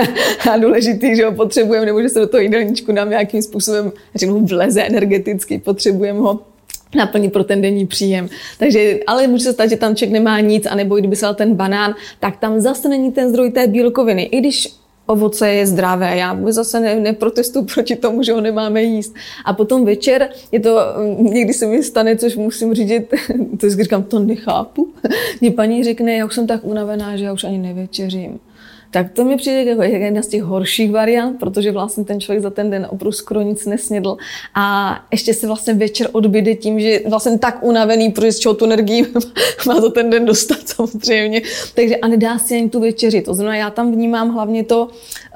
A důležitý, že ho potřebujeme, nebo že se do toho jídelníčku nám nějakým způsobem, řeknu, vleze energeticky, potřebujeme ho naplnit pro ten denní příjem. Takže, ale může se stát, že tam člověk nemá nic, anebo kdyby se dal ten banán, tak tam zase není ten zdroj té bílkoviny. I když ovoce je zdravé, já vůbec zase neprotestuji proti tomu, že ho nemáme jíst. A potom večer je to, někdy se mi stane, což musím říct, to říkám, to nechápu. Mě paní řekne, já už jsem tak unavená, že já už ani nevečeřím. Tak to mi přijde jako jedna z těch horších variant, protože vlastně ten člověk za ten den opravdu skoro nic nesnědl a ještě se vlastně večer odbyde tím, že vlastně tak unavený, protože z čeho tu energii má to ten den dostat samozřejmě. Takže a nedá si ani tu večeři. To znamená, já tam vnímám hlavně to,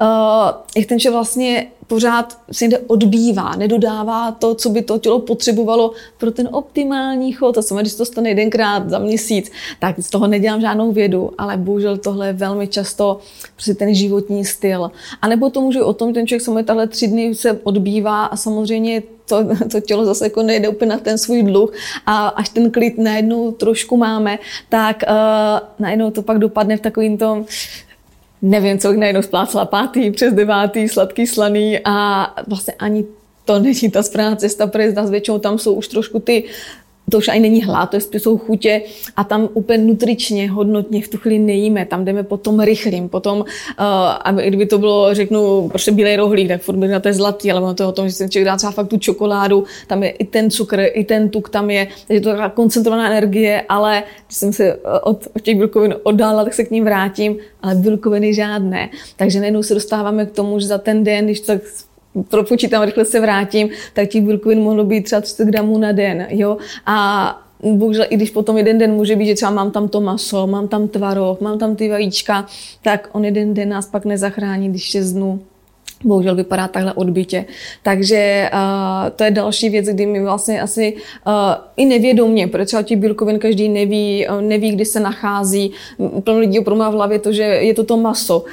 jak ten člověk vlastně pořád si jde odbývá, nedodává to, co by to tělo potřebovalo pro ten optimální chod. A když to stane 1krát za měsíc, tak z toho nedělám žádnou vědu, ale bohužel tohle je velmi často prostě ten životní styl. A nebo to může o tom, že ten člověk samozřejmě tahle 3 dny se odbývá a samozřejmě to tělo zase jako nejde úplně na ten svůj dluh a až ten klid najednou trošku máme, tak najednou to pak dopadne v takovým tom nevím, co najednou splácela 5. přes 9. sladký, slaný a vlastně ani to není ta správná cesta, protože většinou tam jsou už trošku to už ani není hlad, to jsou chutě a tam úplně nutričně, hodnotně v tu chvíli nejíme, tam jdeme potom rychlým, potom, kdyby to bylo, řeknu, prostě bílej rohlík, tak furt na té zlatý, ale ono to je o tom, že ten člověk dá třeba fakt tu čokoládu, tam je i ten cukr, i ten tuk tam je, takže to je koncentrovaná energie, ale když jsem se od těch bílkovin oddálila, tak se k ním vrátím, ale bílkoviny žádné, takže najednou se dostáváme k tomu, že za ten den, když tak propočítám, rychle se vrátím, tak těch bílkovin mohlo být třeba 30 gramů na den, jo, a bohužel i když potom jeden den může být, že třeba mám tam to maso, mám tam tvaroh, mám tam ty vajíčka, tak on jeden den nás pak nezachrání, když 6 dnů bohužel vypadá takhle odbytě. Takže to je další věc, kdy my vlastně asi i nevědomě, protože třeba těch bílkovin každý neví, kdy se nachází. Plno lidí opravdu má v hlavě to, že je to maso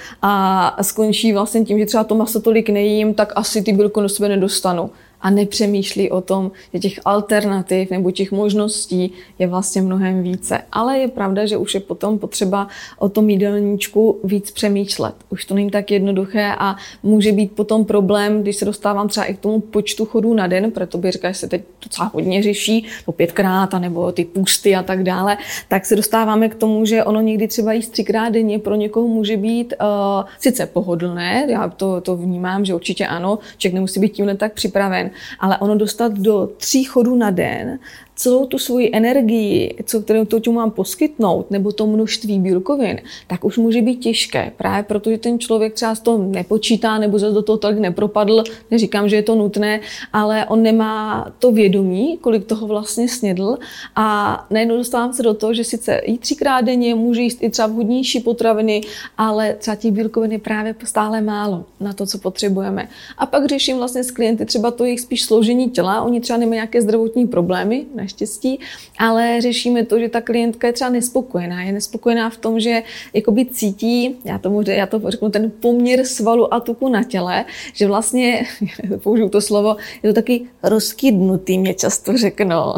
a skončí vlastně tím, že třeba to maso tolik nejím, tak asi ty bílkoviny do sebe nedostanu. A nepřemýšlí o tom, že těch alternativ nebo těch možností je vlastně mnohem více. Ale je pravda, že už je potom potřeba o tom jídelníčku víc přemýšlet. Už to není tak jednoduché a může být potom problém, když se dostávám třeba i k tomu počtu chodů na den, proto bych říkala, že se teď docela hodně řeší, to 5krát, nebo ty půsty a tak dále, tak se dostáváme k tomu, že ono někdy třeba jíst 3krát denně pro někoho může být sice pohodlné, já to vnímám, že určitě ano, člověk nemusí být tímhle tak připraven, ale ono dostat do 3 chodů na den, celou tu svoji energii, kterou to mám poskytnout, nebo to množství bílkovin, tak už může být těžké. Právě protože ten člověk třeba to nepočítá, nebo zase do toho tak nepropadl, neříkám, že je to nutné, ale on nemá to vědomí, kolik toho vlastně snědl a najednou dostávám se do toho, že sice jí 3krát denně, může jíst i třeba vhodnější potraviny, ale třeba těch bílkovin je právě stále málo na to, co potřebujeme. A pak řeším vlastně s klienty třeba to jejich spíš složení těla, oni třeba nemají nějaké zdravotní problémy, naštěstí, ale řešíme to, že ta klientka je třeba nespokojená. Je nespokojená v tom, že jakoby cítí, já to řeknu, ten poměr svalu a tuku na těle, že vlastně, použiju to slovo, je to taky rozkydnutý, mě často řeknou.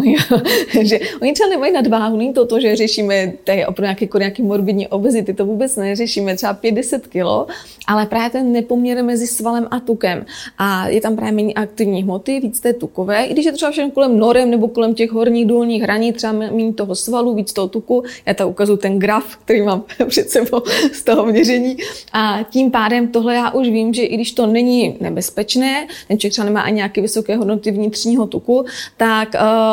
Že oni třeba nemají nadváhu, není to, že řešíme nějaký morbidní obezity, to vůbec neřešíme, třeba 50 kilo, ale právě ten nepoměr mezi svalem a tukem. A je tam právě méně aktivní hmoty, víc té tukové, i když je třeba všechno kolem norem nebo kolem těch horních dolních hraní, třeba méně toho svalu, víc toho tuku. Já tady ukazuju ten graf, který mám před sebou z toho měření. A tím pádem tohle já už vím, že i když to není nebezpečné, ten člověk třeba nemá ani nějaké vysoké hodnoty vnitřního tuku, tak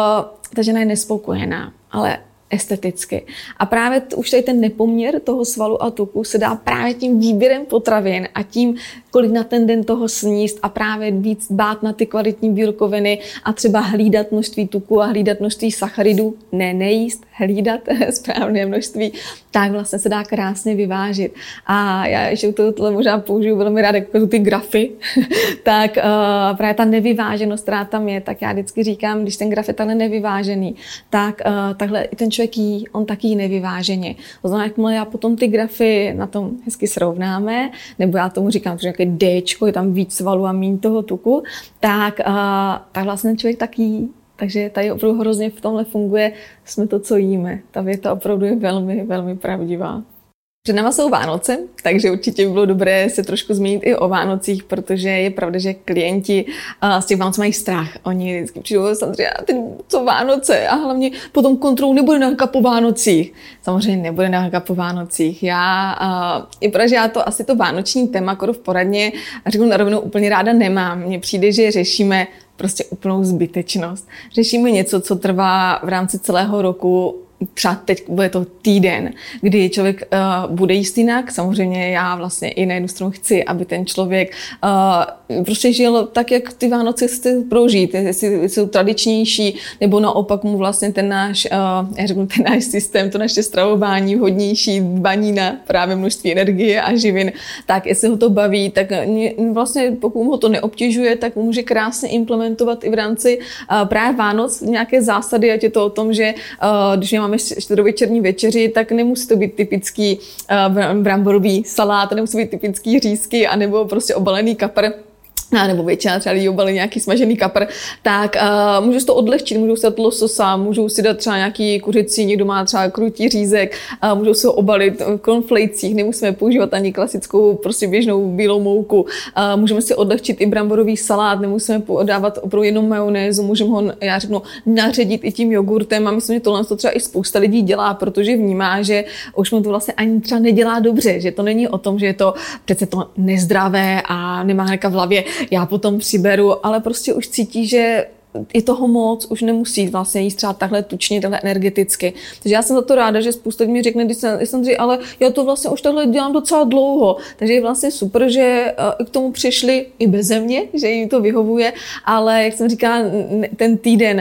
ta žena je nespokojená, ale esteticky. A právě už tady ten nepoměr toho svalu a tuku se dá právě tím výběrem potravin a tím, kolik na ten den toho sníst a právě víc dbát na ty kvalitní bílkoviny a třeba hlídat množství tuku a hlídat množství sacharidů, nejíst, hlídat správné množství, tak vlastně se dá krásně vyvážit. A já ještě tohle možná použiju velmi ráda jako ty grafy, tak právě ta nevyváženost, která tam je, tak já vždycky říkám, když ten graf je takhle nevyvážený, tak takhle i ten člověk jí, on taky jí nevyváženě. To znamená, jakmile já potom ty grafy na tom hezky srovnáme, nebo já tomu říkám, že nějaké Dčko, je tam víc svalů a míň toho tuku, tak vlastně ten člověk taky. Takže tady opravdu hrozně v tomhle funguje, jsme to, co jíme. Ta věta opravdu je velmi, velmi pravdivá. Před náma jsou Vánoce, takže určitě by bylo dobré se trošku zmínit i o Vánocích, protože je pravda, že klienti z těch Vánoc mají strach. Oni vždycky přijdou samozřejmě, co Vánoce a hlavně potom kontrolu nebude nějaká po Vánocích. Samozřejmě nebude nějaká po Vánocích. I protože já to asi to vánoční téma v poradně a řeknu na rovinu úplně ráda nemám. Mně přijde, že řešíme prostě úplnou zbytečnost. Řešíme něco, co trvá v rámci celého roku. Třeba teď bude to týden, kdy člověk bude jíst jinak. Samozřejmě já vlastně i na jednu stranu chci, aby ten člověk prostě žil tak, jak ty Vánoce chce prožít. Jestli jsou tradičnější, nebo naopak mu vlastně ten náš systém, to naše stravování vhodnější, dbaní na právě množství energie a živin, tak jestli ho to baví, tak vlastně pokud ho to neobtěžuje, tak může krásně implementovat i v rámci právě Vánoc nějaké zásady, ať je to o tom, že když máme štědrovečerní večeři, tak nemusí to být typický bramborový salát, nemusí být typický řízky, anebo prostě obalený kapr, nebo většina třeba lidí obalí nějaký smažený kapr, tak můžu si to odlehčit, můžu si dát lososa, můžu si dát třeba nějaký kuřecí, někdo má třeba krutý řízek, můžou si ho obalit v cornflakesích, nemusíme používat ani klasickou prostě běžnou bílou mouku, můžeme si odlehčit i bramborový salát, nemusíme dávat opravdu jenom majonézu, můžeme ho, já řeknu, naředit i tím jogurtem a myslím, že tohle to třeba i spousta lidí dělá, protože vnímá, že už mu to vlastně ani třeba nedělá dobře, že to není o tom, že je to přece to nezdravé a nemá nějaká v hlavě, já potom přiberu, ale prostě už cítí, že je toho moc, už nemusí vlastně jíst třeba takhle tučně, takhle energeticky. Takže já jsem za to ráda, že spousta lidí mi řekne, když jsem říkala, ale já to vlastně už takhle dělám docela dlouho. Takže je vlastně super, že k tomu přišli i beze mě, že jim to vyhovuje, ale jak jsem říkala, ten týden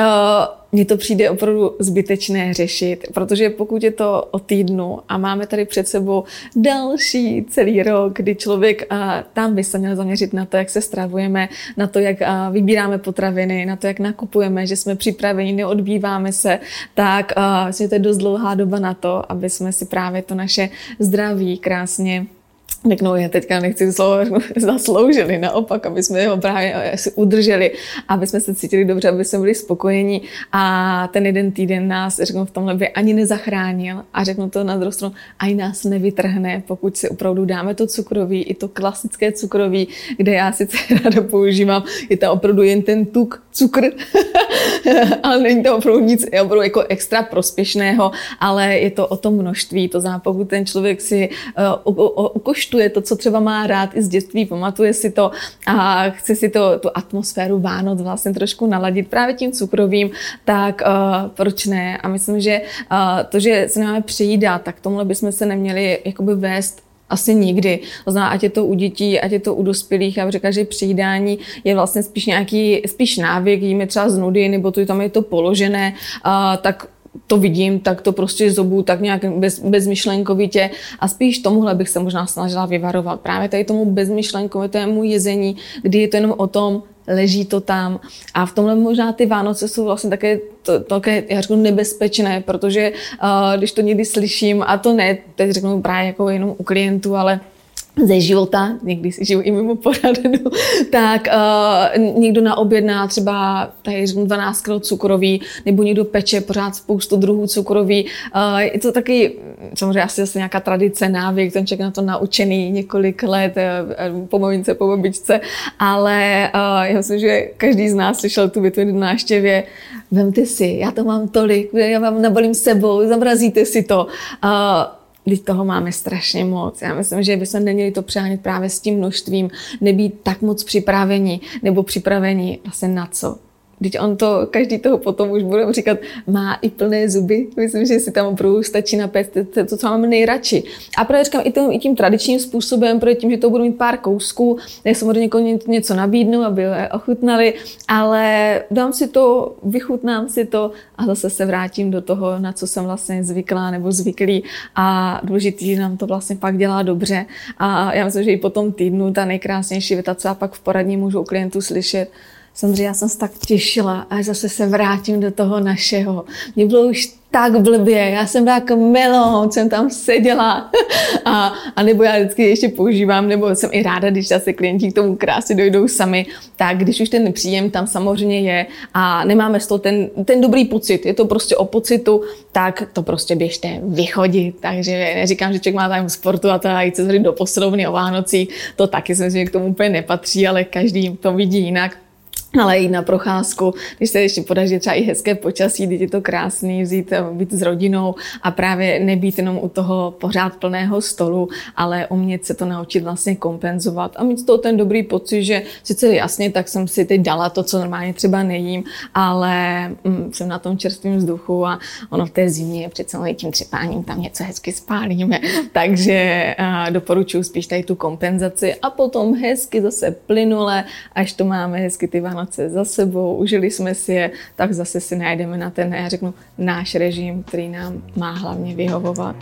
mně to přijde opravdu zbytečné řešit, protože pokud je to o týdnu a máme tady před sebou další celý rok, kdy člověk tam by se měl zaměřit na to, jak se stravujeme, na to, jak vybíráme potraviny, na to, jak nakupujeme, že jsme připraveni, neodbýváme se, tak myslím, že to je dost dlouhá doba na to, aby jsme si právě to naše zdraví krásně já teďka nechci slovo zasloužili, naopak, aby jsme ho právě si udrželi, aby jsme se cítili dobře, aby jsme byli spokojení a ten jeden týden nás, řeknu, v tomhle by ani nezachránil a řeknu to na druhou stranu, ani nás nevytrhne, pokud si opravdu dáme to cukroví, i to klasické cukroví, kde já sice ráda používám, je to opravdu jen ten tuk, cukr, ale není to opravdu nic opravdu jako extra prospěšného, ale je to o tom množství, to znamená, pokud ten člověk si ukoštuje účtuje to, co třeba má rád i z dětství, pamatuje si to a chce si tu atmosféru Vánoc vlastně trošku naladit právě tím cukrovým, tak proč ne? A myslím, že to, že se nemáme přejídat, tak tomuhle bychom se neměli jakoby vést asi nikdy. To znamená, ať je to u dětí, ať je to u dospělých. Já bych řekla, že přijídání je vlastně spíš návyk, jíme třeba z nudy, nebo to tam je to položené, tak to vidím, tak to prostě zobu tak nějak bezmyšlenkovitě a spíš tomuhle bych se možná snažila vyvarovat. Právě tady tomu bezmyšlenkovitému jezení, kdy je to jenom o tom, leží to tam a v tomhle možná ty Vánoce jsou vlastně také já řeknu nebezpečné, protože když to někdy slyším, a to ne, teď řeknu právě jako jenom u klientů, ale ze života, někdy si žiju i mimo poradnu, tak někdo naobjedná třeba tady řeknu 12 kg cukroví, nebo někdo peče pořád spoustu druhů cukroví. Je to taky, samozřejmě asi zase nějaká tradice, návyk, ten člověk na to naučený několik let, po mamince, po babičce, ale já myslím, že každý z nás slyšel tu větu na návštěvě, vemte si, já to mám tolik, já vám nabalím sebou, zamrazíte si to. Když toho máme strašně moc. Já myslím, že bychom neměli to přehánět právě s tím množstvím, nebýt tak moc připraveni vlastně na co. Když každý toho potom už budeme říkat, má i plné zuby. Myslím, že si tam opravdu stačí napéct to, co máme nejradši. A právě říkám i tím tradičním způsobem, protože tím, že to budu mít pár kousků, tak samozřejmě někomu něco nabídnu, aby je ochutnali, ale dám si to, vychutnám si to a zase se vrátím do toho, na co jsem vlastně zvyklá nebo zvyklý a důležitý, že nám to vlastně pak dělá dobře. A já myslím, že i po tom týdnu ta nejkrásnější věta, co já pak v poradní můžu u klientů slyšet, samozřejmě já jsem se tak těšila, až zase se vrátím do toho našeho. Mně bylo už tak blbě, já jsem byla jako melon, jsem tam seděla a nebo já vždycky ještě používám, nebo jsem i ráda, když zase klienti k tomu krásně dojdou sami, tak když už ten příjem tam samozřejmě je a nemáme z toho ten dobrý pocit, je to prostě o pocitu, tak to prostě běžte vychodit. Takže neříkám, že člověk má zájem sportu a to jít se do posilovny o Vánocích, to taky si myslím, že k tomu úplně nepatří, ale každý to vidí jinak. Ale jít na procházku, když se ještě podaří třeba i hezké počasí, když je to krásný, být s rodinou a právě nebýt jenom u toho pořád plného stolu, ale umět se to naučit vlastně kompenzovat a mít z toho ten dobrý pocit, že sice jasně, tak jsem si teď dala to, co normálně třeba nejím, ale jsem na tom čerstvém vzduchu a ono v té zimě přece tím třepáním tam něco hezky spálíme, takže doporučuji spíš tady tu kompenzaci a potom hezky zase plynule, až to máme hezky ty Vánoce za sebou, užili jsme si je, tak zase si najdeme na ten, já řeknu, náš režim, který nám má hlavně vyhovovat.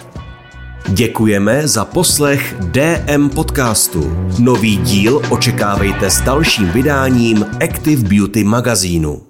Děkujeme za poslech DM podcastu. Nový díl očekávejte s dalším vydáním Active Beauty magazínu.